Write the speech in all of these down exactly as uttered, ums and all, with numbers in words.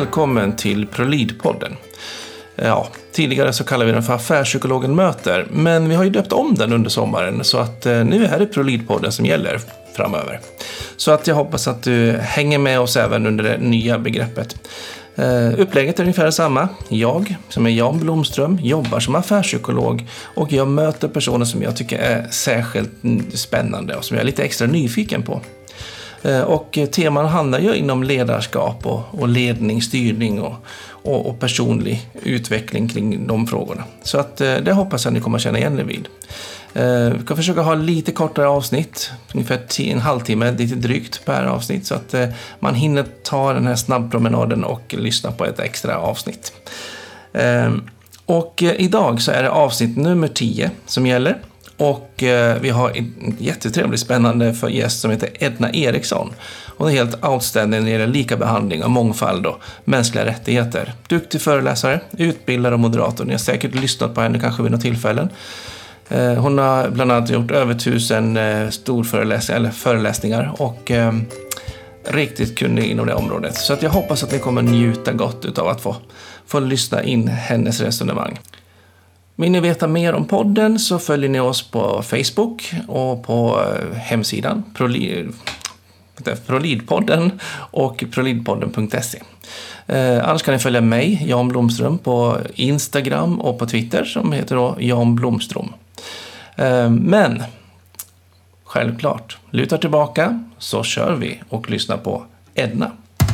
välkommen till ProLead-podden. Ja, tidigare så kallade vi den för Affärspsykologen möter, men vi har ju döpt om den under sommaren så att nu är det ProLead-podden som gäller framöver. Så att jag hoppas att du hänger med oss även under det nya begreppet. Uh, upplägget är ungefär samma. Jag, som är Jan Blomström, jobbar som affärspsykolog och jag möter personer som jag tycker är särskilt spännande och som jag är lite extra nyfiken på. Uh, och teman handlar ju inom ledarskap och, och ledning, styrning och, och, och personlig utveckling kring de frågorna. Så att uh, det hoppas jag ni kommer känna igen er vid. Uh, vi kan försöka ha lite kortare avsnitt, ungefär tio, en halvtimme, lite drygt per avsnitt så att uh, man hinner ta den här snabbpromenaden och lyssna på ett extra avsnitt. Uh, och uh, idag så är det avsnitt nummer tio som gäller och uh, vi har en jättetrevlig spännande för gäst som heter Edna Eriksson. Hon är helt outstanding när det gäller lika behandling och mångfald och mänskliga rättigheter. Duktig föreläsare, utbildare och moderator. Ni har säkert lyssnat på henne kanske vid några tillfällen. Hon har bland annat gjort över tusen storföreläsningar eller föreläsningar och eh, riktigt kunnig inom det området. Så att jag hoppas att ni kommer njuta gott av att få, få lyssna in hennes resonemang. Vill ni veta mer om podden så följer ni oss på Facebook och på hemsidan ProLead-podden och proleadpodden punkt se. Eh, annars kan ni följa mig, Jan Blomström, på Instagram och på Twitter som heter då Jan Blomström. Eh, men självklart, luta tillbaka så kör vi och lyssnar på Edna.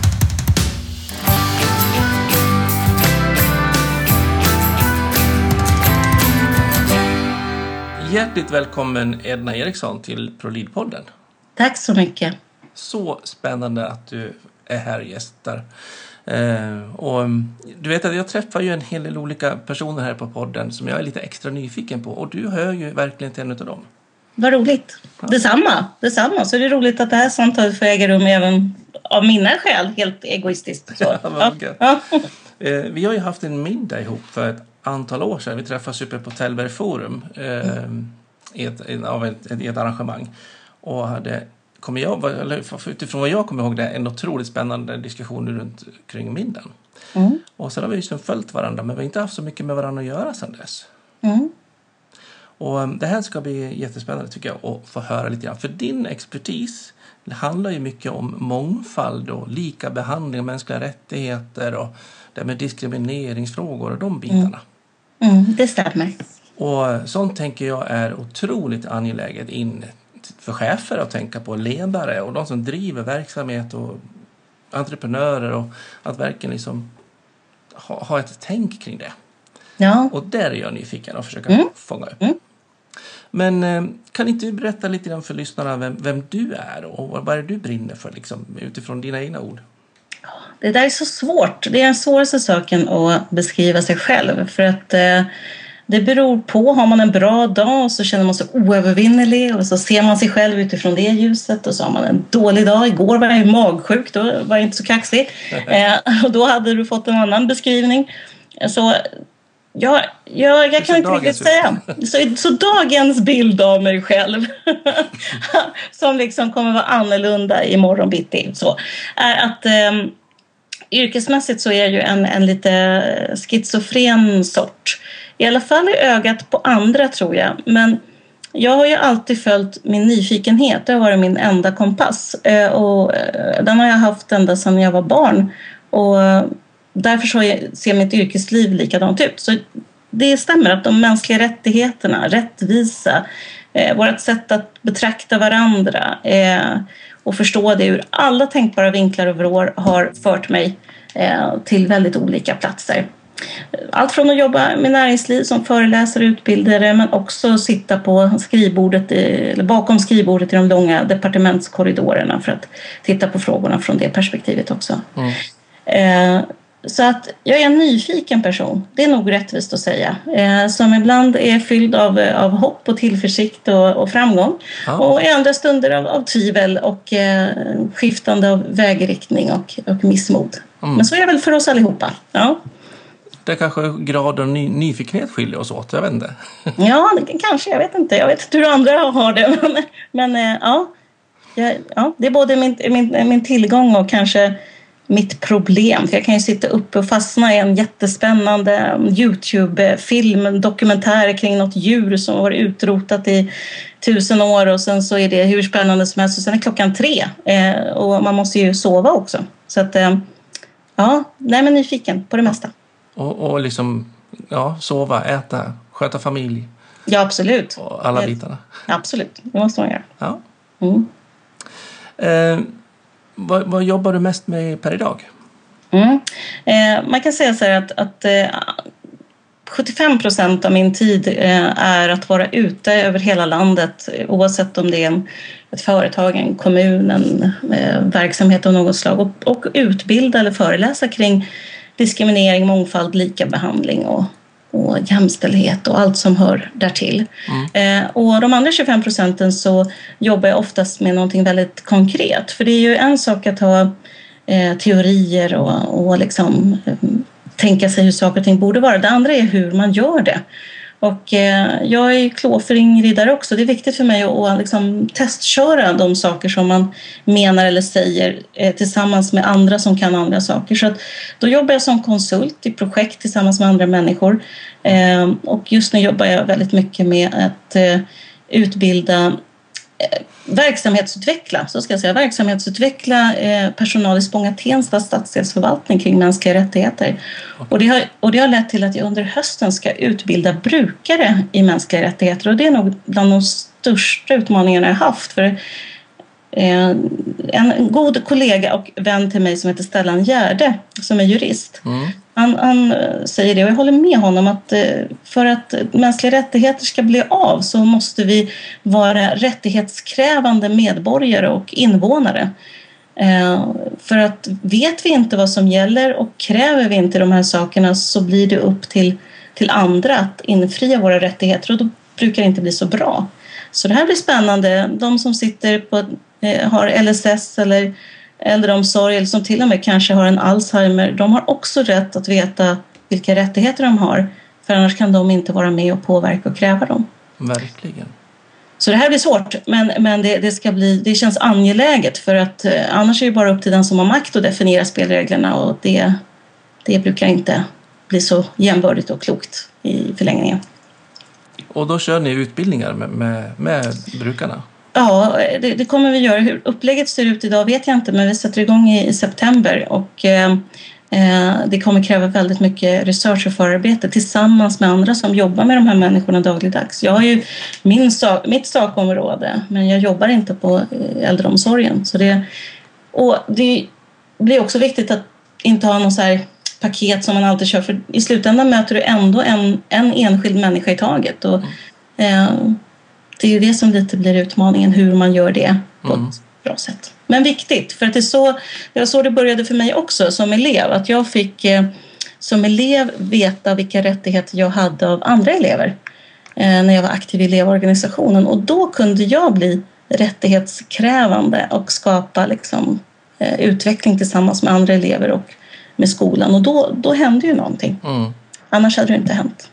Hjärtligt välkommen Edna Eriksson till ProLead-podden. Tack så mycket. Så spännande att du är här gästar. Uh, och du vet att jag träffar ju en hel del olika personer här på podden som jag är lite extra nyfiken på och du hör ju verkligen till en av dem. Vad roligt. Ja. Detsamma, detsamma. Så det är roligt att det här samtalet får äga rum även av mina skäl, helt egoistiskt. Så. Ja, ja. uh, vi har ju haft en middag ihop för ett antal år sedan. Vi träffades uppe på Tällberg Forum uh, mm. i, ett, av ett, ett, ett arrangemang och hade kommer jag, eller utifrån vad jag kommer ihåg, det är en otroligt spännande diskussion runt kring middagen. Mm. Och sen har vi ju följt varandra, men vi har inte haft så mycket med varandra att göra sedan dess. Mm. Och det här ska bli jättespännande tycker jag att få höra lite grann. För din expertis det handlar ju mycket om mångfald och lika behandling av mänskliga rättigheter och det med diskrimineringsfrågor och de bitarna. Mm. Mm, det stämmer. Och sånt tänker jag är otroligt angeläget in för chefer att tänka på, ledare och de som driver verksamhet och entreprenörer och att verkligen liksom ha, ha ett tänk kring det. Ja. Och där är jag nyfiken och försöka mm. fånga upp. Mm. Men kan inte du berätta lite grann för lyssnarna vem, vem du är och vad är det du brinner för liksom, utifrån dina egna ord? Det där är så svårt. Det är den svåraste saken att beskriva sig själv för att eh, det beror på, har man en bra dag så känner man sig oövervinnerlig och så ser man sig själv utifrån det ljuset och så har man en dålig dag. Igår var jag magsjuk, då var jag inte så kaxig eh, och då hade du fått en annan beskrivning. Så jag, jag, jag kan inte riktigt säga. Så, så dagens bild av mig själv som liksom kommer vara annorlunda imorgon bitti så, är att eh, yrkesmässigt så är jag ju en, en lite schizofren sort. I alla fall i ögat på andra tror jag. Men jag har ju alltid följt min nyfikenhet. Det har varit min enda kompass. Och den har jag haft ända sedan jag var barn. Och därför så ser mitt yrkesliv likadant ut. Så det stämmer att de mänskliga rättigheterna, rättvisa, vårt sätt att betrakta varandra och förstå det ur alla tänkbara vinklar över år har fört mig till väldigt olika platser. Allt från att jobba med näringsliv som föreläsare och utbildare men också sitta på skrivbordet eller bakom skrivbordet i de långa departementskorridorerna för att titta på frågorna från det perspektivet också. Mm. Eh, så att jag är en nyfiken person, det är nog rättvist att säga, eh, som ibland är fylld av, av hopp och tillförsikt och, och framgång ah. och i andra stunder av, av tvivel och eh, skiftande av vägriktning och, och missmod. Mm. Men så är det väl för oss allihopa, ja. Det kanske graden av ny, nyfikenhet skiljer oss åt, jag vet inte. Ja, det, kanske, jag vet inte. Jag vet inte hur andra har det. Men, men ja, jag, ja, det är både min, min, min tillgång och kanske mitt problem. För jag kan ju sitta uppe och fastna i en jättespännande YouTube-film, dokumentär kring något djur som var utrotat i tusen år och sen så är det hur spännande som helst och sen är klockan tre eh, och man måste ju sova också. Så att, eh, ja, nej men nyfiken på det mesta. Och, och liksom, ja, sova, äta, sköta familj. Ja, absolut. Och alla bitarna. Absolut, det måste man göra. Ja. Mm. Eh, vad, vad jobbar du mest med per idag? Mm. Eh, man kan säga så här att, att eh, sjuttiofem procent av min tid eh, är att vara ute över hela landet oavsett om det är en, ett företag, en kommun, en eh, verksamhet av något slag och, och utbilda eller föreläsa kring diskriminering, mångfald, likabehandling och, och jämställdhet och allt som hör därtill. Mm. Eh, och de andra tjugofem procenten så jobbar jag oftast med någonting väldigt konkret. För det är ju en sak att ha eh, teorier och, och liksom, eh, tänka sig hur saker och ting borde vara. Det andra är hur man gör det. Och eh, jag är klåfingrig också. Det är viktigt för mig att, att liksom testköra de saker som man menar eller säger eh, tillsammans med andra som kan andra saker. Så att då jobbar jag som konsult i projekt tillsammans med andra människor. Eh, och just nu jobbar jag väldigt mycket med att eh, utbilda eh, verksamhetsutveckla, så ska jag säga, verksamhetsutveckla eh, personal i Spånga-Tensta stadsdelsförvaltning kring mänskliga rättigheter. Och det, har, och det har lett till att jag under hösten ska utbilda brukare i mänskliga rättigheter och det är nog bland de största utmaningarna jag haft för eh, en god kollega och vän till mig som heter Stellan Gärde som är jurist. Mm. Han, han säger det och jag håller med honom att för att mänskliga rättigheter ska bli av så måste vi vara rättighetskrävande medborgare och invånare. För att vet vi inte vad som gäller och kräver vi inte de här sakerna så blir det upp till, till andra att infria våra rättigheter och då brukar det inte bli så bra. Så det här blir spännande. De som sitter på, har L S S eller äldreomsorg eller som till och med kanske har en Alzheimer, de har också rätt att veta vilka rättigheter de har för annars kan de inte vara med och påverka och kräva dem. Verkligen. Så det här blir svårt men, men det, det, ska bli, det känns angeläget för att eh, annars är det bara upp till den som har makt att definiera spelreglerna och det, det brukar inte bli så jämvördigt och klokt i förlängningen. Och då kör ni utbildningar med, med, med brukarna? Ja, det, det kommer vi göra. Hur upplägget ser ut idag vet jag inte men vi sätter igång i, i september och eh, det kommer kräva väldigt mycket research och förarbete tillsammans med andra som jobbar med de här människorna dagligdags. Jag har ju min sak, mitt sakområde men jag jobbar inte på äldreomsorgen. Så det, och det blir också viktigt att inte ha någon så här paket som man alltid kör för i slutändan möter du ändå en, en enskild människa i taget och eh, det är ju det som lite blir utmaningen, hur man gör det på mm. ett bra sätt. Men viktigt, för att det, är så, det var så det började för mig också som elev. Att jag fick eh, som elev veta vilka rättigheter jag hade av andra elever eh, när jag var aktiv i elevorganisationen. Och då kunde jag bli rättighetskrävande och skapa liksom, eh, utveckling tillsammans med andra elever och med skolan. Och då, då hände ju någonting. Mm. Annars hade det inte hänt.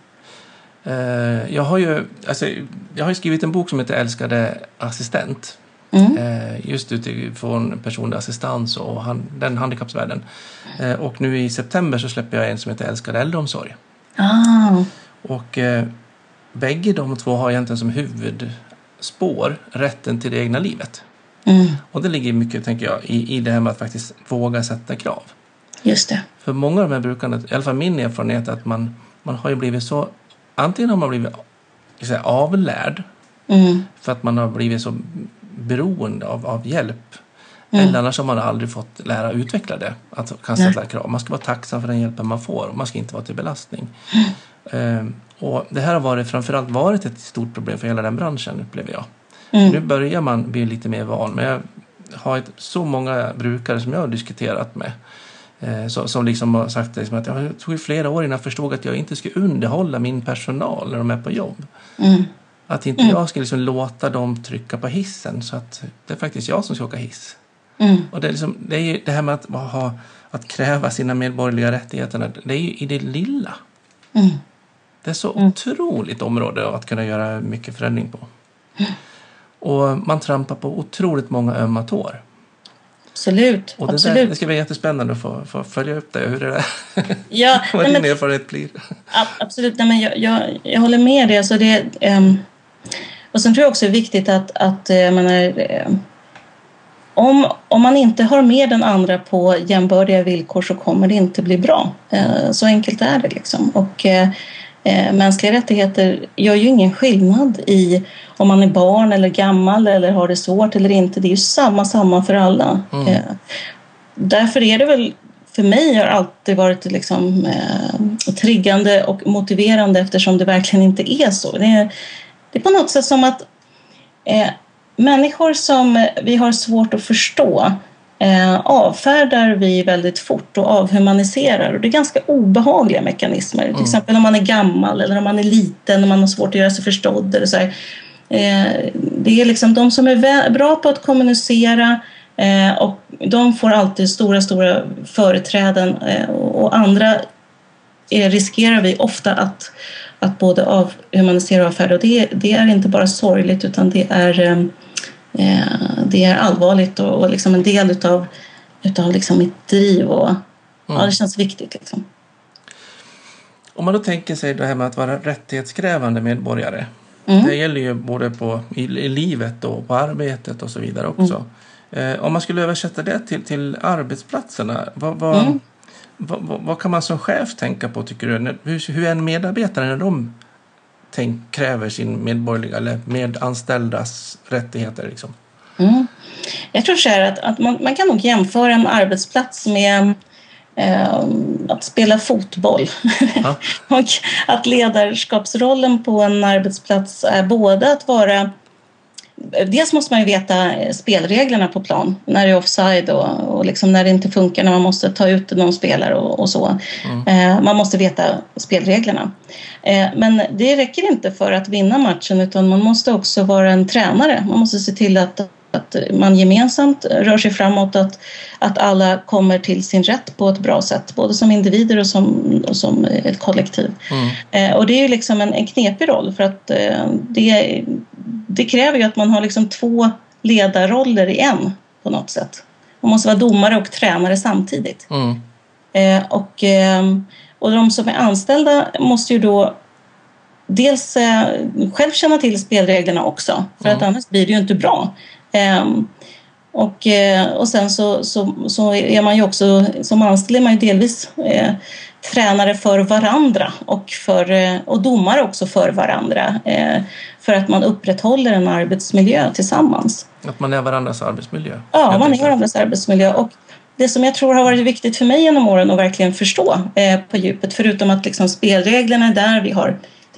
Jag har ju alltså, jag har ju skrivit en bok som heter Älskade assistent. Mm. Just utifrån personlig assistans och han, den handikappsvärlden. Och nu i september så släpper jag en som heter Älskade äldreomsorg. Ah. Och eh, bägge de två har egentligen som huvudspår rätten till det egna livet. Mm. Och det ligger mycket, tänker jag, i, i det här med att faktiskt våga sätta krav. Just det. För många av de här brukarna, i alla fall min erfarenhet, att man, man har ju blivit så antingen har man blivit säga, avlärd mm. för att man har blivit så beroende av, av hjälp. Mm. Eller annars har man aldrig fått lära utveckla det. Att kan ställa Nej. krav. Man ska vara tacksam för den hjälpen man får. Och man ska inte vara till belastning. Mm. Um, och det här har varit, framförallt varit ett stort problem för hela den branschen, upplever jag. Mm. Nu börjar man bli lite mer van. Men jag har ett, så många brukare som jag har diskuterat med. Så, som liksom har sagt liksom att jag tog flera år innan jag förstod att jag inte skulle underhålla min personal när de är på jobb. Mm. Att inte mm. jag ska liksom låta dem trycka på hissen så att det är faktiskt jag som ska åka hiss. Mm. Och det är, liksom, det är ju det här med att, ha, att kräva sina medborgerliga rättigheter, det är ju i det lilla. Mm. Det är så mm. otroligt område att kunna göra mycket förändring på. Mm. Och man trampar på otroligt många ömma tår. Absolut. Och det, absolut. Där, det ska bli jättespännande att få, få följa upp det, hur det är. Ja, vad nej, din men, erfarenhet blir. Absolut, nej, men jag, jag, jag håller med dig. Alltså det, um, och sen tror jag också det är viktigt att, att jag menar, um, om, om man inte har med den andra på jämbördiga villkor så kommer det inte bli bra. Uh, så enkelt är det liksom. Och uh, uh, mänskliga rättigheter gör ju ingen skillnad i om man är barn eller gammal eller har det svårt eller inte. Det är ju samma, samma för alla. Mm. Uh, därför är det väl, för mig har alltid varit liksom, uh, triggande och motiverande eftersom det verkligen inte är så. Det är, det är på något sätt som att uh, människor som vi har svårt att förstå eh, avfärdar vi väldigt fort och avhumaniserar. Och det är ganska obehagliga mekanismer. Mm. Till exempel om man är gammal eller om man är liten och man har svårt att göra sig förstådd. Eller så här. Eh, det är liksom de som är vä- bra på att kommunicera eh, och de får alltid stora, stora företräden eh, och andra eh, riskerar vi ofta att, att både avhumanisera och avfärda. Och det, det är inte bara sorgligt utan det är... Eh, det är allvarligt och, och liksom en del utav, utav liksom mitt driv och mm. ja, det känns viktigt liksom. Om man då tänker sig det här med att vara rättighetskrävande medborgare, mm. det gäller ju både på, i, i livet och på arbetet och så vidare också. Mm. Eh, om man skulle översätta det till, till arbetsplatserna, vad, vad, mm. vad, vad, vad kan man som chef tänka på tycker du? Hur, hur är en medarbetare när de tänk, kräver sin medborgerliga eller medanställdas rättigheter liksom? Mm. Jag tror så här att, att man, man kan nog jämföra en arbetsplats med eh, att spela fotboll. Ja. Och att ledarskapsrollen på en arbetsplats är både att vara... Dels måste man ju veta spelreglerna på plan när det är offside och, och liksom när det inte funkar, när man måste ta ut någon spelare och, och så. Mm. Eh, man måste veta spelreglerna. Eh, men det räcker inte för att vinna matchen utan man måste också vara en tränare. Man måste se till att, att man gemensamt rör sig framåt, att, att alla kommer till sin rätt på ett bra sätt. Både som individer och som, och som ett kollektiv. Mm. Eh, och det är ju liksom en, en knepig roll för att eh, det Det kräver ju att man har liksom två ledarroller i en på något sätt. Man måste vara domare och tränare samtidigt. Mm. Eh, och, eh, och de som är anställda måste ju då dels eh, själv känna till spelreglerna också. För mm. att annars blir det ju inte bra. Eh, och, eh, och sen så, så, så är man ju också, som anställd är man ju delvis... Eh, tränare för varandra och, för, och domare också för varandra eh, för att man upprätthåller en arbetsmiljö tillsammans. Att man är varandras arbetsmiljö? Ja, man är varandras arbetsmiljö. Och det som jag tror har varit viktigt för mig genom åren att verkligen förstå eh, på djupet, förutom att liksom spelreglerna är där, vi har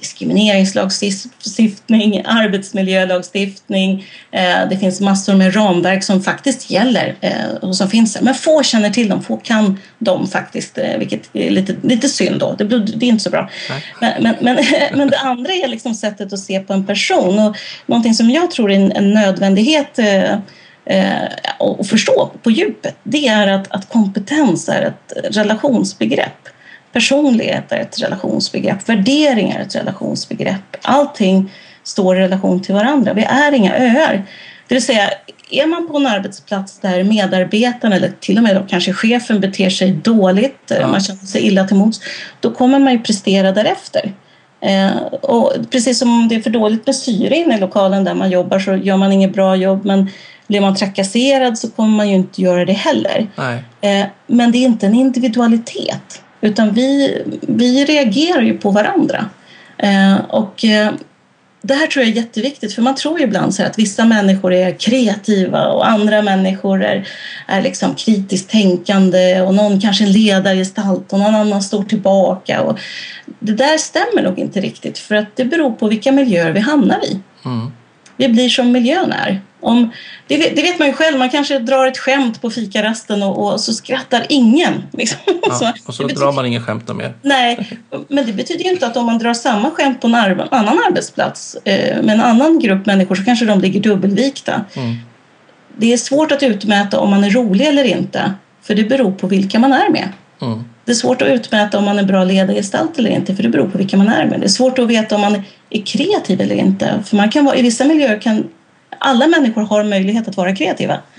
diskrimineringslagstiftning, arbetsmiljölagstiftning. Eh, det finns massor med ramverk som faktiskt gäller eh, och som finns här. Men få känner till dem, få kan dem faktiskt, eh, vilket är lite, lite synd då. Det, det är inte så bra. Men, men, men, men det andra är liksom sättet att se på en person. Och någonting som jag tror är en, en nödvändighet eh, eh, att förstå på djupet, det är att, att kompetens är ett relationsbegrepp. Personlighet är ett relationsbegrepp. Värderingar är ett relationsbegrepp. Allting står i relation till varandra. Vi är inga öar. Det vill säga, är man på en arbetsplats där medarbetaren eller till och med då kanske chefen beter sig dåligt, ja. Man känner sig illa till mots, då kommer man ju prestera därefter. Eh, och precis som om det är för dåligt med syre inne i lokalen där man jobbar så gör man inget bra jobb, men blir man trakasserad så kommer man ju inte göra det heller. Nej. Eh, men det är inte en individualitet. Utan vi, vi reagerar ju på varandra. Eh, och eh, det här tror jag är jätteviktigt. För man tror ju ibland så här att vissa människor är kreativa och andra människor är, är liksom kritiskt tänkande. Och någon kanske en ledargestalt och någon annan står tillbaka. Och det där stämmer nog inte riktigt. För att det beror på vilka miljöer vi hamnar i. Mm. Vi blir som miljön är. Om, det, det vet man ju själv, man kanske drar ett skämt på fikarasten och, och så skrattar ingen. Liksom. Ja, så, och så betyder, drar man ingen skämt mer. Nej, men det betyder ju inte att om man drar samma skämt på en ar- annan arbetsplats eh, med en annan grupp människor så kanske de ligger dubbelvikta. Mm. Det är svårt att utmäta om man är rolig eller inte, för det beror på vilka man är med. Mm. Det är svårt att utmäta om man är bra ledargestalt eller inte, för det beror på vilka man är med. Det är svårt att veta om man är kreativ eller inte, för man kan vara, i vissa miljöer kan alla människor har möjlighet att vara kreativa.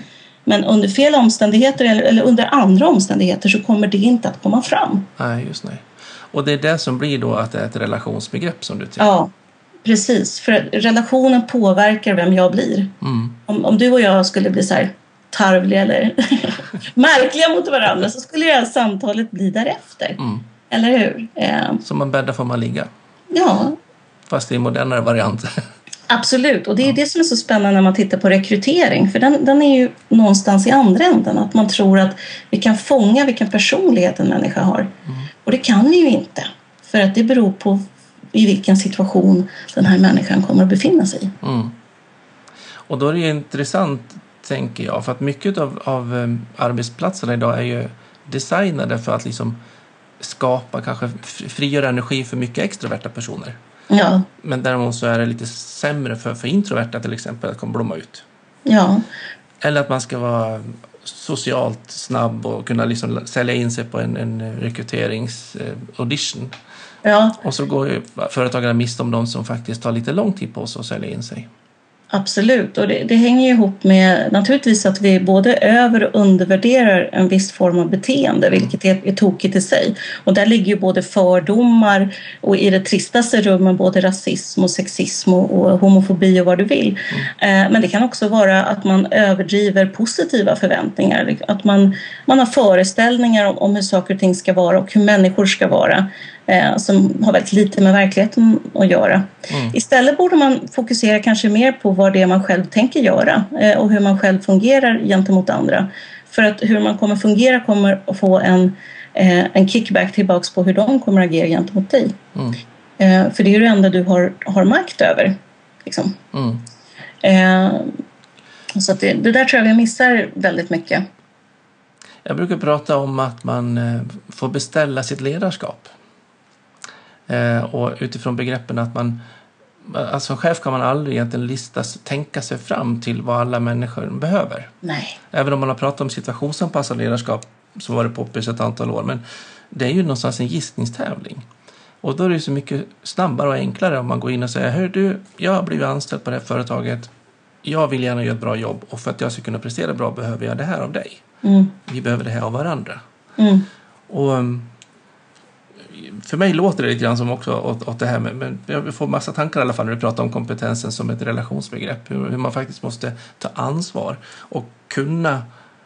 Men under fel omständigheter eller, eller under andra omständigheter så kommer det inte att komma fram. Nej, just nej. Och det är det som blir då att det är ett relationsbegrepp som du tycker. Ja, precis. För relationen påverkar vem jag blir. Mm. Om, om du och jag skulle bli så här tarvliga eller märkliga mot varandra så skulle det här samtalet bli därefter. Mm. Eller hur? Eh, Som man bäddar får man ligga. ja. Fast det är modernare variant. Absolut, och det är det som är så spännande när man tittar på rekrytering. För den, den är ju någonstans i andra änden. Att man tror att vi kan fånga vilken personlighet en människa har. Mm. Och det kan vi ju inte. För att det beror på i vilken situation den här människan kommer att befinna sig i. Mm. Och då är det ju intressant, tänker jag. För att mycket av, av arbetsplatserna idag är ju designade för att liksom skapa, kanske frigöra energi för mycket extroverta personer. Ja. Men däremot så är det lite sämre för, för introverta till exempel att komma blomma ut. Ja. Eller att man ska vara socialt snabb och kunna liksom sälja in sig på en, en rekryteringsaudition. Ja. Och så går ju företagarna miste om de som faktiskt tar lite lång tid på sig att sälja in sig. Absolut, och det, det hänger ju ihop med naturligtvis att vi både över- och undervärderar en viss form av beteende, vilket är, är tokigt i sig. Och där ligger ju både fördomar och i det tristaste rummen både rasism och sexism och, och homofobi och vad du vill. Mm. Eh, men det kan också vara att man överdriver positiva förväntningar, att man, man har föreställningar om, om hur saker och ting ska vara och hur människor ska vara. Som har väldigt lite med verkligheten att göra. Mm. Istället borde man fokusera kanske mer på vad det är man själv tänker göra och hur man själv fungerar gentemot andra. För att hur man kommer fungera kommer att få en, en kickback tillbaks på hur de kommer att agera gentemot dig. Mm. För det är det enda du har, har makt över. Liksom. Mm. Så att det, det där tror jag vi missar väldigt mycket. Jag brukar prata om att man får beställa sitt ledarskap. Och utifrån begreppen att man, alltså som chef kan man aldrig egentligen lista, tänka sig fram till vad alla människor behöver. Nej. Även om man har pratat om situationsanpassat ledarskap så var det poppis ett antal år, men det är ju någonstans en gissningstävling. Och då är det så mycket snabbare och enklare om man går in och säger: hör du, jag har blivit anställd på det här företaget, jag vill gärna göra ett bra jobb och för att jag ska kunna prestera bra behöver jag det här av dig. Mm. Vi behöver det här av varandra. Mm. Och för mig låter det lite grann som också åt, åt det här med, men jag får massa tankar i alla fall när du pratar om kompetensen som ett relationsbegrepp, hur, hur man faktiskt måste ta ansvar och kunna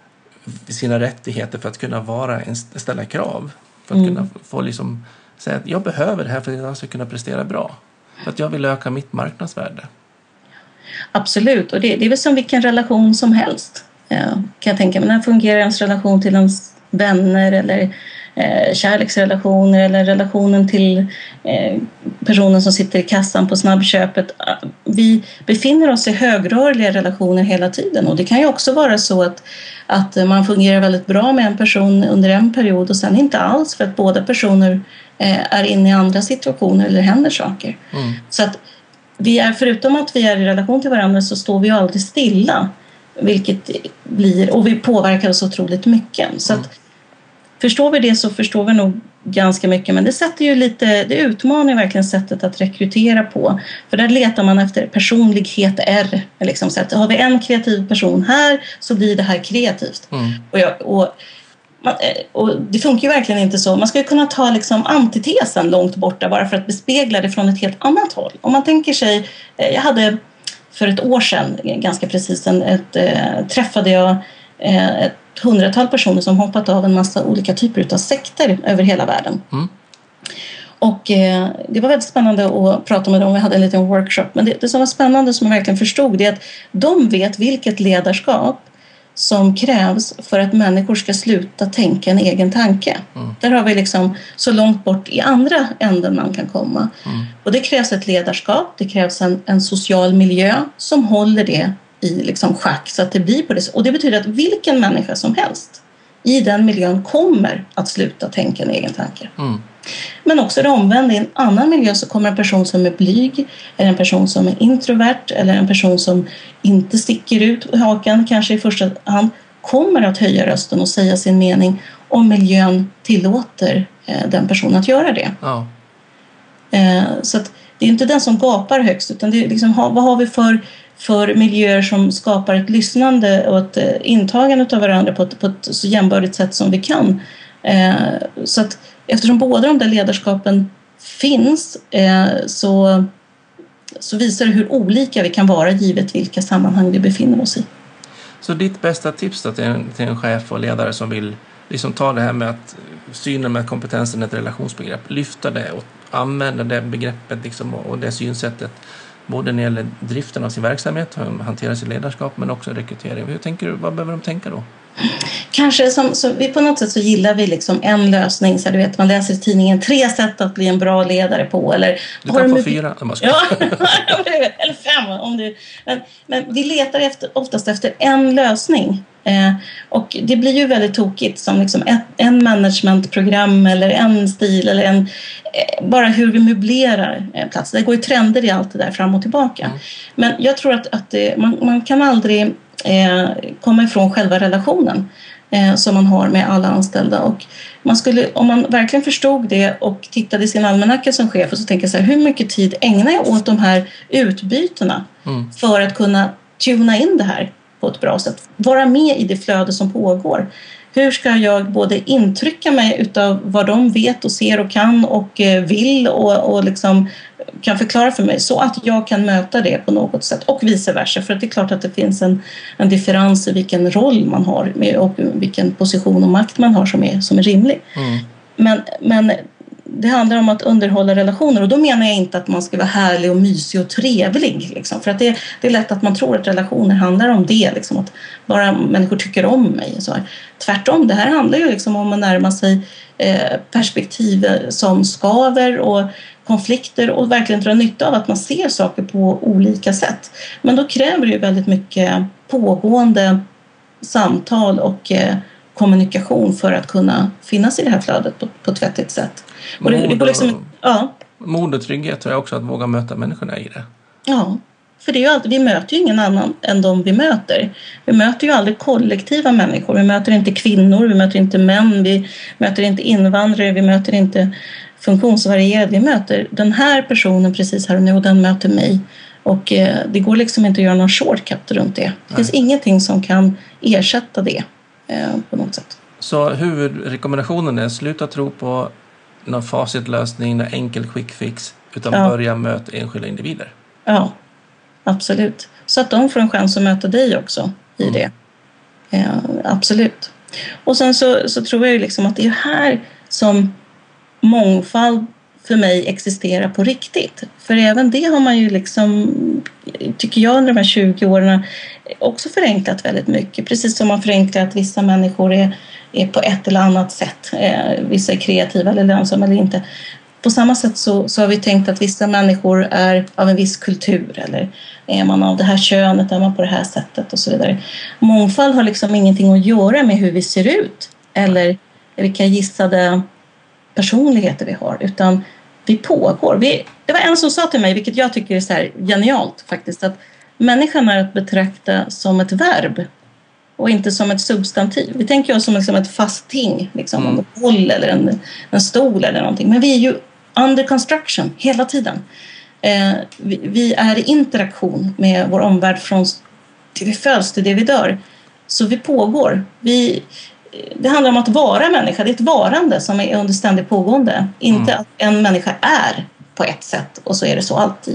sina rättigheter för att kunna vara en, ställa krav, för att mm. kunna få liksom säga att jag behöver det här för att jag ska kunna prestera bra, för att jag vill öka mitt marknadsvärde. Absolut, och det, det är väl som vilken relation som helst, ja, kan jag tänka mig. När fungerar ens relation till ens vänner eller Eh, kärleksrelationer eller relationen till eh, personen som sitter i kassan på snabbköpet. Vi befinner oss i högrörliga relationer hela tiden, och det kan ju också vara så att, att man fungerar väldigt bra med en person under en period och sen inte alls, för att båda personer eh, är inne i andra situationer eller händer saker. Mm. Så att vi är, förutom att vi är i relation till varandra, så står vi aldrig stilla, vilket blir, och vi påverkar oss otroligt mycket. Så att förstår vi det så förstår vi nog ganska mycket, men det sätter ju lite, det utmanar verkligen sättet att rekrytera på, för där letar man efter personlighet R, liksom, så att har vi en kreativ person här så blir det här kreativt. Mm. och, jag, och, man, och det funkar ju verkligen inte så. Man ska ju kunna ta liksom antitesen långt borta bara för att bespegla det från ett helt annat håll. Om man tänker sig, jag hade för ett år sedan ganska precis en, ett, ett, träffade jag ett hundratal personer som hoppat av en massa olika typer av sekter över hela världen. Mm. Och eh, det var väldigt spännande att prata med dem. Vi hade en liten workshop. Men det, det som var spännande, som jag verkligen förstod, det är att de vet vilket ledarskap som krävs för att människor ska sluta tänka en egen tanke. Mm. Där har vi liksom så långt bort i andra änden man kan komma. Mm. Och det krävs ett ledarskap, det krävs en, en social miljö som håller det i liksom schack så att det blir på det. Och det betyder att vilken människa som helst i den miljön kommer att sluta tänka en egen tanke. Mm. Men också det omvända, i en annan miljö så kommer en person som är blyg, eller en person som är introvert, eller en person som inte sticker ut hakan kanske i första hand, kommer att höja rösten och säga sin mening om miljön tillåter eh, den personen att göra det. Oh. Eh, så att det är inte den som gapar högst, utan det är liksom, vad har vi för, för miljöer som skapar ett lyssnande och ett intagande av varandra på ett, på ett så jämbördigt sätt som vi kan. Eh, så att eftersom båda de där ledarskapen finns eh, så, så visar det hur olika vi kan vara givet vilka sammanhang vi befinner oss i. Så ditt bästa tips då till en, till en chef och ledare som vill liksom ta det här med att synen med kompetensen, ett relationsbegrepp, lyfta det och använda det begreppet liksom, och det synsättet både när det gäller driften av sin verksamhet, hantera sitt ledarskap, men också rekrytering. Hur tänker du, vad behöver de tänka då? Kanske som, så vi på något sätt så gillar vi liksom en lösning, så du vet, man läser i tidningen tre sätt att bli en bra ledare på, eller du kan få du fyra om man ska. Ja, eller fem om du, men, men vi letar efter, oftast efter en lösning. Eh, och det blir ju väldigt tokigt som liksom ett, en managementprogram eller en stil eller en, eh, bara hur vi möblerar eh, plats. Det går ju trender i allt det där fram och tillbaka. Mm. Men jag tror att, att det, man, man kan aldrig eh, komma ifrån själva relationen eh, som man har med alla anställda. Och man skulle, om man verkligen förstod det och tittade i sin almanacka som chef och så tänker jag så här, hur mycket tid ägnar jag åt de här utbytena mm. för att kunna tuna in det här på ett bra sätt. Vara med i det flöde som pågår. Hur ska jag både intrycka mig utav vad de vet och ser och kan och vill och, och liksom kan förklara för mig så att jag kan möta det på något sätt och vice versa. För att det är klart att det finns en, en differens i vilken roll man har och vilken position och makt man har som är, som är rimlig. Mm. Men, men det handlar om att underhålla relationer och då menar jag inte att man ska vara härlig och mysig och trevlig. Liksom. För att det, det är lätt att man tror att relationer handlar om det. Liksom, att bara människor tycker om mig. Så här. Tvärtom, det här handlar ju liksom om att närma sig eh, perspektiv som skaver och konflikter och verkligen dra nytta av att man ser saker på olika sätt. Men då kräver det ju väldigt mycket pågående samtal och eh, kommunikation för att kunna finnas i det här flödet på, på ett vettigt sätt. Och det, mod, det liksom, ja. mod och trygghet tror jag också, att våga möta människorna i det. Ja, för det är ju alltid, vi möter ju ingen annan än de vi möter. Vi möter ju aldrig kollektiva människor. Vi möter inte kvinnor, vi möter inte män, vi möter inte invandrare, vi möter inte funktionsvarierade. Vi möter den här personen precis här och nu och den möter mig. Och eh, det går liksom inte att göra någon shortcut runt det. Det Nej. finns ingenting som kan ersätta det eh, på något sätt. Så huvudrekommendationen är sluta tro på någon facitlösning, någon enkel quick fix, utan ja. börja möta enskilda individer. Ja, absolut. Så att de får en chans att möta dig också i mm. det. Ja, absolut. Och sen så, så tror jag ju liksom att det är här som mångfald för mig existerar på riktigt. För även det har man ju liksom, tycker jag, under de här tjugo åren också förenklat väldigt mycket. Precis som man förenklar att vissa människor är, är på ett eller annat sätt. Eh, vissa är kreativa eller lönsamma eller inte. På samma sätt så, så har vi tänkt att vissa människor är av en viss kultur. Eller är man av det här könet, är man på det här sättet och så vidare. Mångfald har liksom ingenting att göra med hur vi ser ut. Eller vilka gissade personligheter vi har, utan vi pågår. Vi, det var en som sa till mig, vilket jag tycker är så här genialt faktiskt, att människan är att betrakta som ett verb och inte som ett substantiv. Vi tänker oss som liksom ett fast ting, liksom mm. en boll eller en, en stol eller någonting, men vi är ju under construction hela tiden. Eh, vi, vi är i interaktion med vår omvärld från det vi föds till det vi dör. Så vi pågår. Vi Det handlar om att vara människa. Det är ett varande som är under ständigt pågående. Inte mm. att en människa är på ett sätt och så är det så alltid.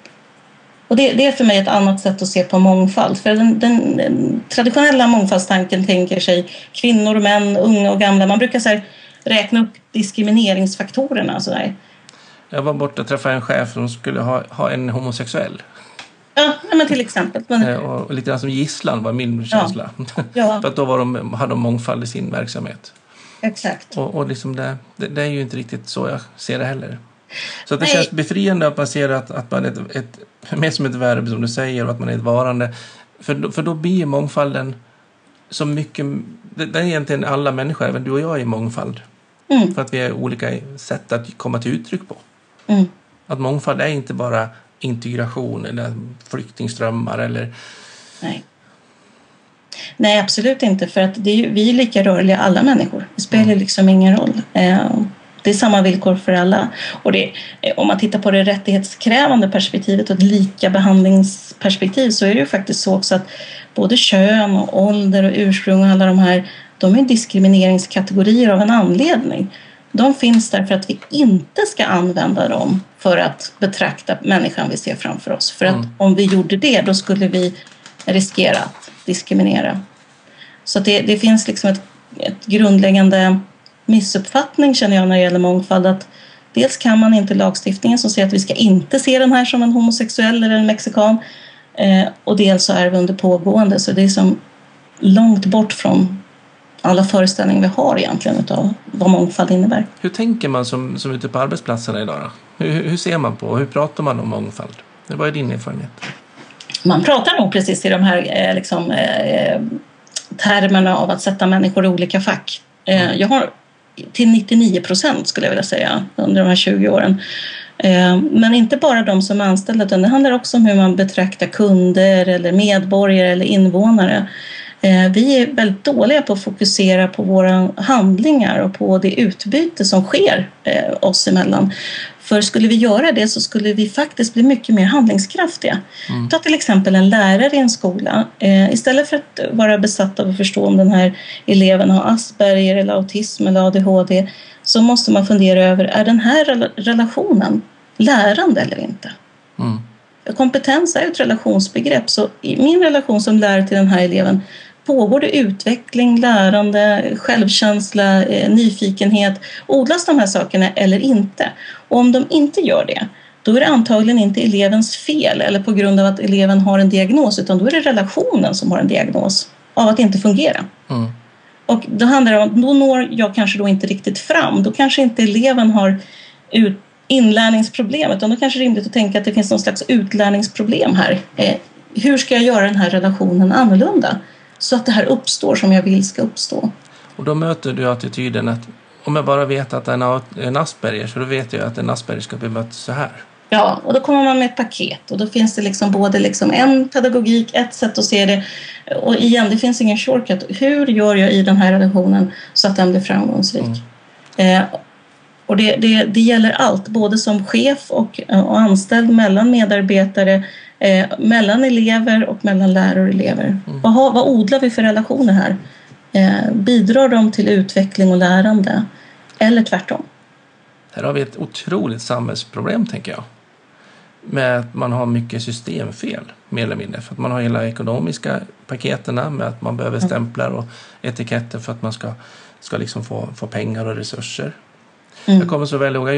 Och det, det är för mig ett annat sätt att se på mångfald. För den, den, den traditionella mångfaldstanken tänker sig kvinnor, män, unga och gamla. Man brukar så här räkna upp diskrimineringsfaktorerna. Så där. Jag var borta och träffade en chef som skulle ha, ha en homosexuell. Ja, men till exempel. Men... Och lite grann som gisslan var min känsla. Ja. Ja. För att då var de, hade de mångfald i sin verksamhet. Exakt. Och, och liksom det, det, det är ju inte riktigt så jag ser det heller. Så att det Nej. känns befriande att man ser att, att man är ett, ett, mer som ett verb som du säger och att man är ett varande. För, för då blir mångfalden så mycket... Det, det är egentligen alla människor, även du och jag är i mångfald. Mm. För att vi är olika sätt att komma till uttryck på. Mm. Att mångfald är inte bara integration eller flyktingströmmar eller... Nej. Nej, absolut inte. För att det är ju, vi är lika rörliga alla människor. Det spelar mm. liksom ingen roll. Eh, Det är samma villkor för alla. Och det, om man tittar på det rättighetskrävande perspektivet och ett lika behandlingsperspektiv, så är det ju faktiskt så också att både kön och ålder och ursprung och alla de här, de är diskrimineringskategorier av en anledning. De finns där för att vi inte ska använda dem för att betrakta människan vi ser framför oss. För att mm. om vi gjorde det, då skulle vi riskera att diskriminera. Så att det, det finns liksom ett, ett grundläggande missuppfattning, känner jag, när det gäller mångfald. Att dels kan man inte lagstiftningen som säger att vi ska inte se den här som en homosexuell eller en mexikan. Eh, och dels så är vi under pågående. Så det är som långt bort från alla föreställningar vi har egentligen utav vad mångfald innebär. Hur tänker man som, som ute på arbetsplatserna idag då? Hur, hur ser man på, hur pratar man om mångfald? Vad är din erfarenhet? Man pratar nog precis i de här eh, liksom, eh, termerna av att sätta människor i olika fack. Eh, mm. Jag har till nittionio procent skulle jag vilja säga under de här tjugo åren. Eh, men inte bara de som är anställda, utan det handlar också om hur man betraktar kunder eller medborgare eller invånare. Vi är väldigt dåliga på att fokusera på våra handlingar och på det utbyte som sker oss emellan. För skulle vi göra det så skulle vi faktiskt bli mycket mer handlingskraftiga. Mm. Ta till exempel en lärare i en skola. Istället för att vara besatt av att förstå om den här eleven har Asperger eller autism eller A D H D, så måste man fundera över, är den här relationen lärande eller inte? Mm. Kompetens är ett relationsbegrepp, så i min relation som lärare till den här eleven pågår det utveckling, lärande, självkänsla, nyfikenhet. Odlas de här sakerna eller inte? Och om de inte gör det, då är det antagligen inte elevens fel eller på grund av att eleven har en diagnos, utan då är det relationen som har en diagnos av att inte fungera. Mm. Och då handlar det om att då når jag kanske då inte riktigt fram. Då kanske inte eleven har ut inlärningsproblem, utan då kanske det är rimligt att tänka att det finns någon slags utlärningsproblem här. Eh, hur ska jag göra den här relationen annorlunda så att det här uppstår som jag vill ska uppstå? Och då möter du attityden att om jag bara vet att en, en Asperger, så då vet jag att en Asperger ska bli mött så här. Ja, och då kommer man med ett paket och då finns det liksom både liksom en pedagogik, ett sätt att se det, och igen, det finns ingen shortcut. Hur gör jag i den här relationen så att den blir framgångsrik? Mm. Eh, Och det, det, det gäller allt, både som chef och, och anställd, mellan medarbetare, eh, mellan elever och mellan lärare och elever. Mm. Vad, har, vad odlar vi för relationer här? Eh, bidrar de till utveckling och lärande? Eller tvärtom? Här har vi ett otroligt samhällsproblem, tänker jag. Med att man har mycket systemfel, mer eller mindre. För att man har hela ekonomiska paketerna med att man behöver stämplar och etiketter för att man ska, ska liksom få, få pengar och resurser. Mm. Jag kommer så väl ihåg,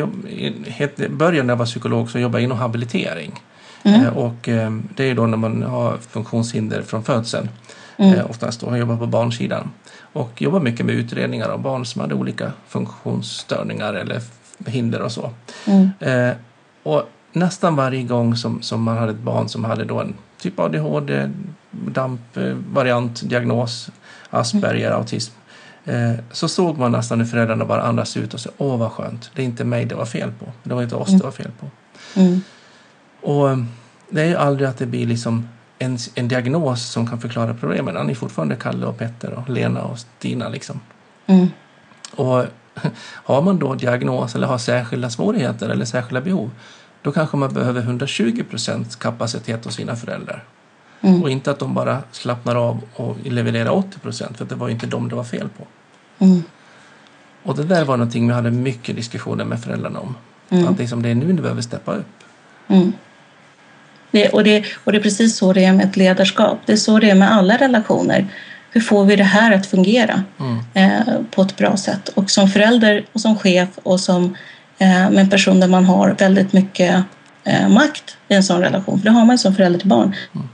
i början när jag var psykolog så jobbade jag inom habilitering. Mm. Eh, och eh, det är då när man har funktionshinder från födseln. Mm. Eh, oftast då har jag jobbat på barnsidan. Och jobbar mycket med utredningar av barn som hade olika funktionsstörningar eller hinder och så. Mm. Eh, och nästan varje gång som, som man hade ett barn som hade då en typ A D H D, D A M P-variant, diagnos, Asperger, mm. autism. Så såg man nästan hur föräldrarna bara andas ut och sa, åh vad skönt, det är inte mig det var fel på. Det var inte oss det var fel på. Mm. Och det är ju aldrig att det blir liksom en, en diagnos som kan förklara problemen. Han är fortfarande Kalle och Petter och Lena och Stina liksom. Mm. Och har man då diagnos eller har särskilda svårigheter eller särskilda behov, då kanske man behöver hundratjugo procent kapacitet hos sina föräldrar. Mm. Och inte att de bara slappnar av och levererar åttio procent, för det var ju inte dem det var fel på. Mm. Och det där var någonting vi hade mycket diskussioner med föräldrarna om. Mm. Att liksom det är nu du behöver steppa upp. Mm. Det, och, det, och det är precis så det är med ett ledarskap. Det är så det är med alla relationer. Hur får vi det här att fungera mm. eh, på ett bra sätt? Och som förälder och som chef och som eh, med en person där man har väldigt mycket eh, makt i en sån relation. För det har man som förälder till barn. Mm.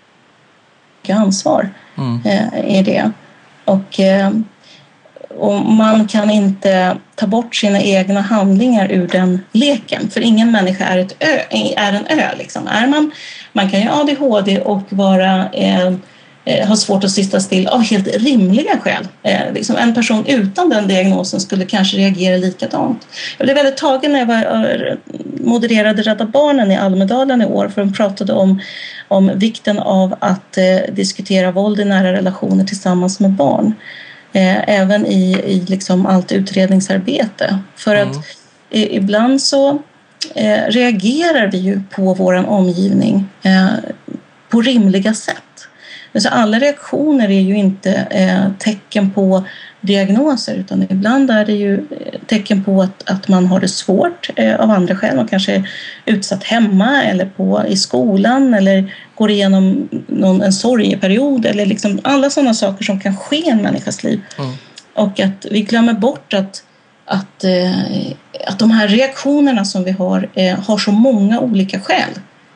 ansvar mm. eh, i det. Och, eh, och man kan inte ta bort sina egna handlingar ur den leken. För ingen människa är, ett ö, är en ö. Liksom. Är man, man kan ju ha A D H D och vara, eh, eh, ha svårt att sitta still av helt rimliga skäl. Eh, liksom en person utan den diagnosen skulle kanske reagera likadant. Jag blev väldigt tagen när jag var, modererade Rädda Barnen i Almedalen i år, för de pratade om om vikten av att eh, diskutera våld i nära relationer tillsammans med barn. Eh, även i, i liksom allt utredningsarbete. För mm. att i, ibland så eh, reagerar vi ju på vår omgivning eh, på rimliga sätt. Så alla reaktioner är ju inte eh, tecken på diagnoser, utan ibland är det ju tecken på att, att man har det svårt eh, av andra skäl. Man kanske är utsatt hemma eller på, i skolan eller går igenom någon, en sorgeperiod eller liksom alla sådana saker som kan ske i en människas liv. Mm. Och att vi glömmer bort att, att, eh, att de här reaktionerna som vi har eh, har så många olika skäl.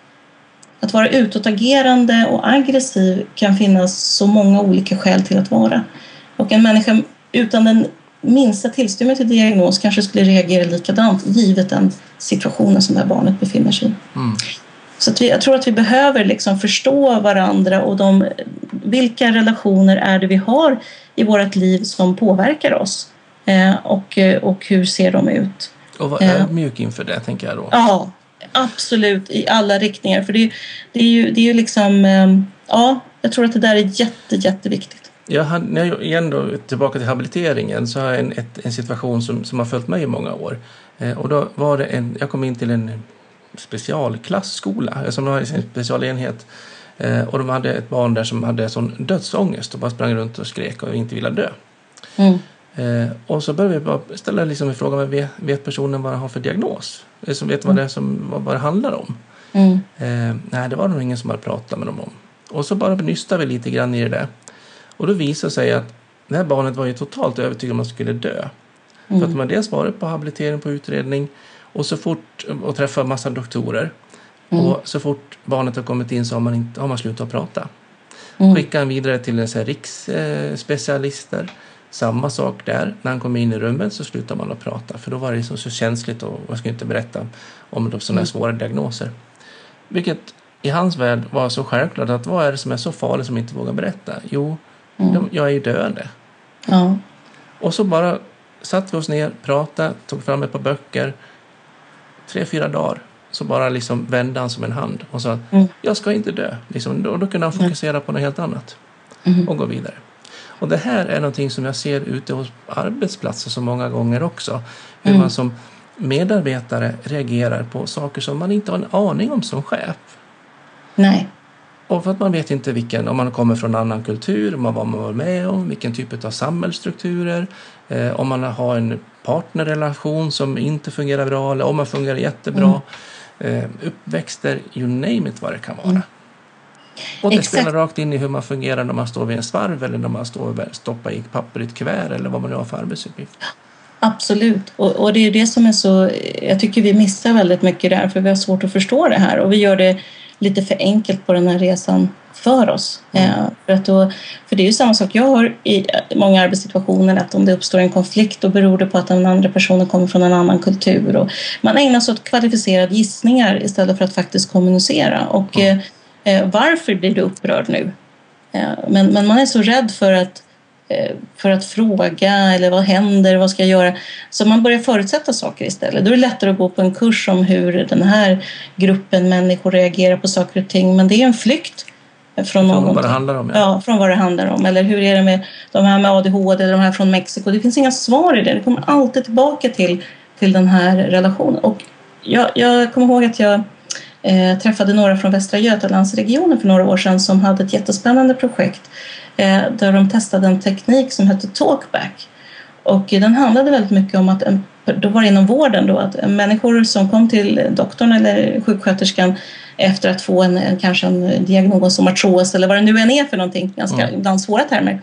Att vara utåtagerande och aggressiv kan finnas så många olika skäl till att vara. Och en människa utan den minsta tillstymmelse till diagnos kanske skulle reagera likadant givet den situationen som det här barnet befinner sig i. Mm. Så att vi, jag tror att vi behöver liksom förstå varandra och de, vilka relationer är det vi har i vårt liv som påverkar oss eh, och, och hur ser de ut. Och vara ödmjuk inför det, tänker jag då. Ja, absolut, i alla riktningar. För det, det är ju, det är ju liksom, eh, ja, jag tror att det där är jätte, jätteviktigt. Jag hade, när jag igen då, tillbaka till habiliteringen, så har jag en, ett, en situation som, som har följt mig i många år. Eh, och då var det en, jag kom in till en specialklassskola, som har en specialenhet. Eh, och de hade ett barn där som hade sån dödsångest och bara sprang runt och skrek och inte ville dö. Mm. Eh, och så började vi bara ställa liksom en fråga, men vet, vet personen vad han har för diagnos? Eller som vet vad det, som, vad det handlar om? Mm. Eh, nej, det var nog ingen som hade pratat med dem om. Och så bara nystade vi lite grann i det där. Och då visade sig att det här barnet var ju totalt övertygad om att man skulle dö. Mm. För att man dels varit på habilitering, på utredning och så fort och träffat en massa doktorer. Mm. Och så fort barnet har kommit in så har man, inte, har man slutat prata. Mm. Skickade han vidare till en så här riksspecialister. Eh, Samma sak där. När han kom in i rummet så slutade man att prata. För då var det liksom så känsligt och jag ska inte berätta om de sådana här svåra diagnoser. Vilket i hans värld var så självklart att vad är det som är så farligt som inte vågar berätta? Jo, mm. de, jag är ju döende. Ja. Och så bara satt vi oss ner, pratade, tog fram ett par böcker. Tre, fyra dagar. Så bara liksom vände han som en hand och sa mm. jag ska inte dö. Liksom, då, då kunde han fokusera mm. på något helt annat. Mm. Och gå vidare. Och det här är någonting som jag ser ute hos arbetsplatser så många gånger också. Hur mm. man som medarbetare reagerar på saker som man inte har en aning om som chef. Nej. Och för att man vet inte vilken, om man kommer från en annan kultur, om man var man var med om, vilken typ av samhällsstrukturer, eh, om man har en partnerrelation som inte fungerar bra eller om man fungerar jättebra, mm. eh, uppväxter, you name it vad det kan vara. Mm. Och det Exakt. Spelar rakt in i hur man fungerar när man står vid en svarv eller när man står och stoppar i papper i ett kuvert eller vad man nu har för arbetsuppgift. Absolut. Och, och det är ju det som är så, jag tycker vi missar väldigt mycket där för vi har svårt att förstå det här och vi gör det lite för enkelt på den här resan för oss. Mm. Eh, för, att då, för det är ju samma sak jag har i många arbetssituationer att om det uppstår en konflikt då beror det på att den andra personen kommer från en annan kultur och man ägnar sig åt kvalificerade gissningar istället för att faktiskt kommunicera och mm. eh, varför blir du upprörd nu? Eh, men, men man är så rädd för att för att fråga eller vad händer, vad ska jag göra, så man börjar förutsätta saker istället. Då är det lättare att gå på en kurs om hur den här gruppen människor reagerar på saker och ting, men det är en flykt från, någon, från vad det handlar om. Ja. ja, från vad det handlar om. Eller hur är det med de här med A D H D eller de här från Mexiko? Det finns inga svar i det. Det kommer alltid tillbaka till, till den här relationen. Och jag, jag kommer ihåg att jag eh, träffade några från Västra Götalandsregionen för några år sedan som hade ett jättespännande projekt där de testade en teknik som hette Talkback. Och den handlade väldigt mycket om att, en, då var det inom vården då, att människor som kom till doktorn eller sjuksköterskan efter att få en, en kanske en diagnos som artros eller vad det nu än är för någonting, ganska mm. ibland svåra termer,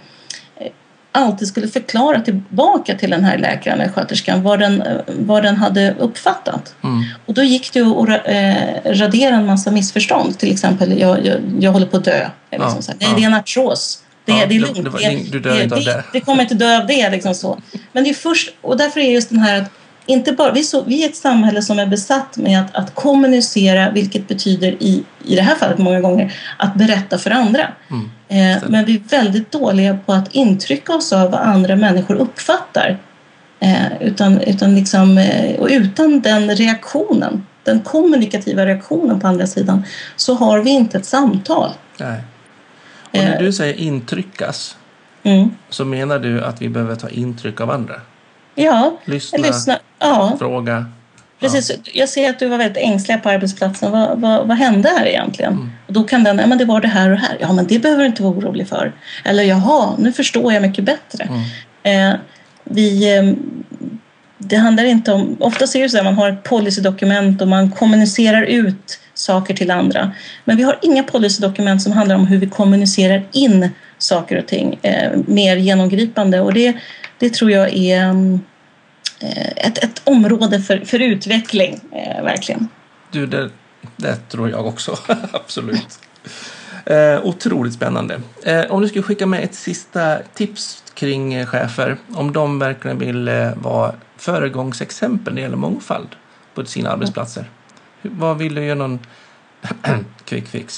alltid skulle förklara tillbaka till den här läkaren eller sköterskan vad den, vad den hade uppfattat. Mm. Och då gick det att äh, radera en massa missförstånd. Till exempel, jag, jag, jag håller på att dö. Liksom ja, så här. Nej, ja. Det är en artros. Det, ja, det är lugnt. Det, det, du dör inte av det. Det kommer inte dö av det. Liksom så. Men det är först, och därför är just den här att inte bara, vi, så, vi är ett samhälle som är besatt med att, att kommunicera, vilket betyder i, i det här fallet många gånger att berätta för andra. Mm. Eh, men vi är väldigt dåliga på att intrycka oss av vad andra människor uppfattar. Eh, utan, utan liksom, eh, och utan den reaktionen, den kommunikativa reaktionen på andra sidan, så har vi inte ett samtal. Nej. Och när du säger intryckas, Mm. Så menar du att vi behöver ta intryck av andra? Ja, lyssna, lyssna. Ja. fråga. Precis, ja. Jag ser att du var väldigt ängslig på arbetsplatsen. Vad, vad, vad hände här egentligen? Mm. Och då kan den, ja men det var det här och här. Ja men det behöver du inte vara orolig för. Eller jaha, nu förstår jag mycket bättre. Mm. Eh, vi, eh, det handlar inte om, oftast är det så att man har ett policydokument och man kommunicerar ut saker till andra. Men vi har inga policydokument som handlar om hur vi kommunicerar in saker och ting eh, mer genomgripande. Och det, det tror jag är eh, ett, ett område för, för utveckling, eh, verkligen. Du, det, det tror jag också. Absolut. Eh, otroligt spännande. Eh, om du skulle skicka med ett sista tips kring eh, chefer, om de verkligen vill eh, vara föregångsexempel när det gäller mångfald på sina arbetsplatser. Mm. Vad vill du göra någon quick fix?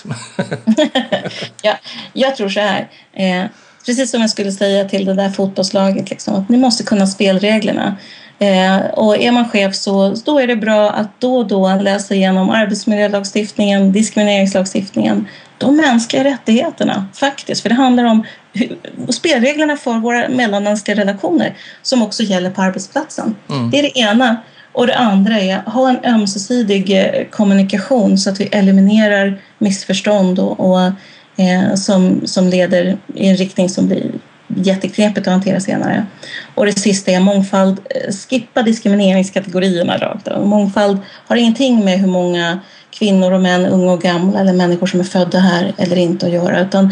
Ja, jag tror så här. Eh, precis som jag skulle säga till det där fotbollslaget, liksom, att ni måste kunna spelreglerna. Eh, och är man chef så då är det bra att då och då läsa igenom arbetsmiljölagstiftningen, diskrimineringslagstiftningen, de mänskliga rättigheterna faktiskt. För det handlar om hur, spelreglerna för våra mellanmänskliga relationer som också gäller på arbetsplatsen. Mm. Det är det ena. Och det andra är att ha en ömsesidig kommunikation så att vi eliminerar missförstånd och, och eh, som, som leder i en riktning som blir jätteknepigt att hantera senare. Och det sista är mångfald. Skippa diskrimineringskategorierna rakt. Mångfald har ingenting med hur många kvinnor och män, unga och gamla eller människor som är födda här eller inte att göra, utan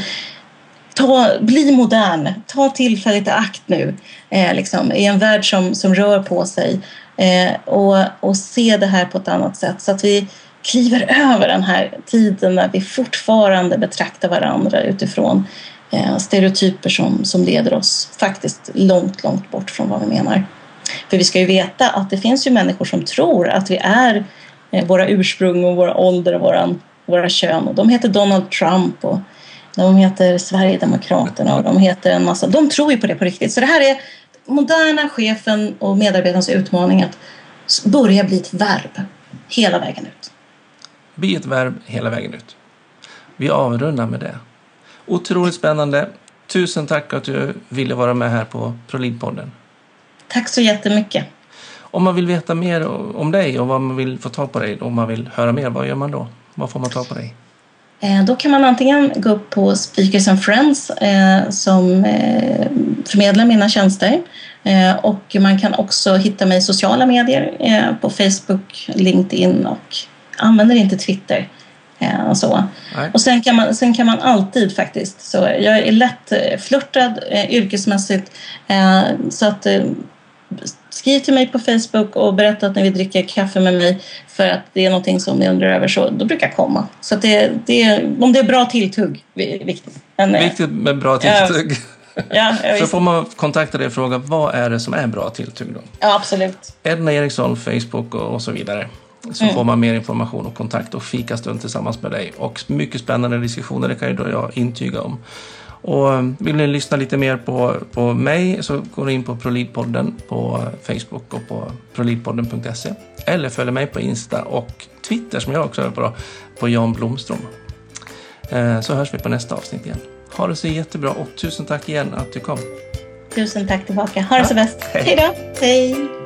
ta, bli modern. Ta tillfället i akt nu eh, liksom, i en värld som, som rör på sig. Eh, och, och se det här på ett annat sätt så att vi kliver över den här tiden när vi fortfarande betraktar varandra utifrån eh, stereotyper som, som leder oss faktiskt långt, långt bort från vad vi menar. För vi ska ju veta att det finns ju människor som tror att vi är eh, våra ursprung och våra ålder och våra, våra kön. Och de heter Donald Trump och de heter Sverigedemokraterna och de heter en massa. De tror ju på det på riktigt. Så det här är moderna chefen och medarbetarnas utmaning att börja bli ett verb hela vägen ut. Bli ett verb hela vägen ut. Vi avrundar med det. Otroligt spännande. Tusen tack att du ville vara med här på ProLead-podden. Tack så jättemycket. Om man vill veta mer om dig och vad man vill få tag på dig, om man vill höra mer, vad gör man då? Vad får man tag på dig? Då kan man antingen gå upp på Speakers and Friends eh, som eh, förmedlar mina tjänster. Eh, och man kan också hitta mig i sociala medier eh, på Facebook, LinkedIn och använder inte Twitter. Eh, och så. Och sen kan, man, sen kan man alltid faktiskt, så jag är lätt eh, flörtad eh, yrkesmässigt eh, så att eh, skriv till mig på Facebook och berätta att ni vill dricka kaffe med mig för att det är någonting som ni undrar över, så då brukar jag komma. Så att det, det, om det är bra tilltugg, viktigt. Men, viktigt med bra tilltugg. Ja, ja, så får man kontakta dig och fråga, vad är det som är bra tilltugg då? Ja, absolut. Edna Eriksson, Facebook och, och så vidare. Så mm. får man mer information och kontakt och fikastund tillsammans med dig. Och mycket spännande diskussioner, det kan ju då jag intyga om. Och vill ni lyssna lite mer på, på mig så går ni in på ProLead-podden på Facebook och på proleadpodden punkt se. Eller följ mig på Insta och Twitter som jag också är på, på Jan Blomström. Så hörs vi på nästa avsnitt igen. Ha det så jättebra och tusen tack igen att du kom. Tusen tack tillbaka. Ha det ja. så bäst. Hej. Hej då. Hej.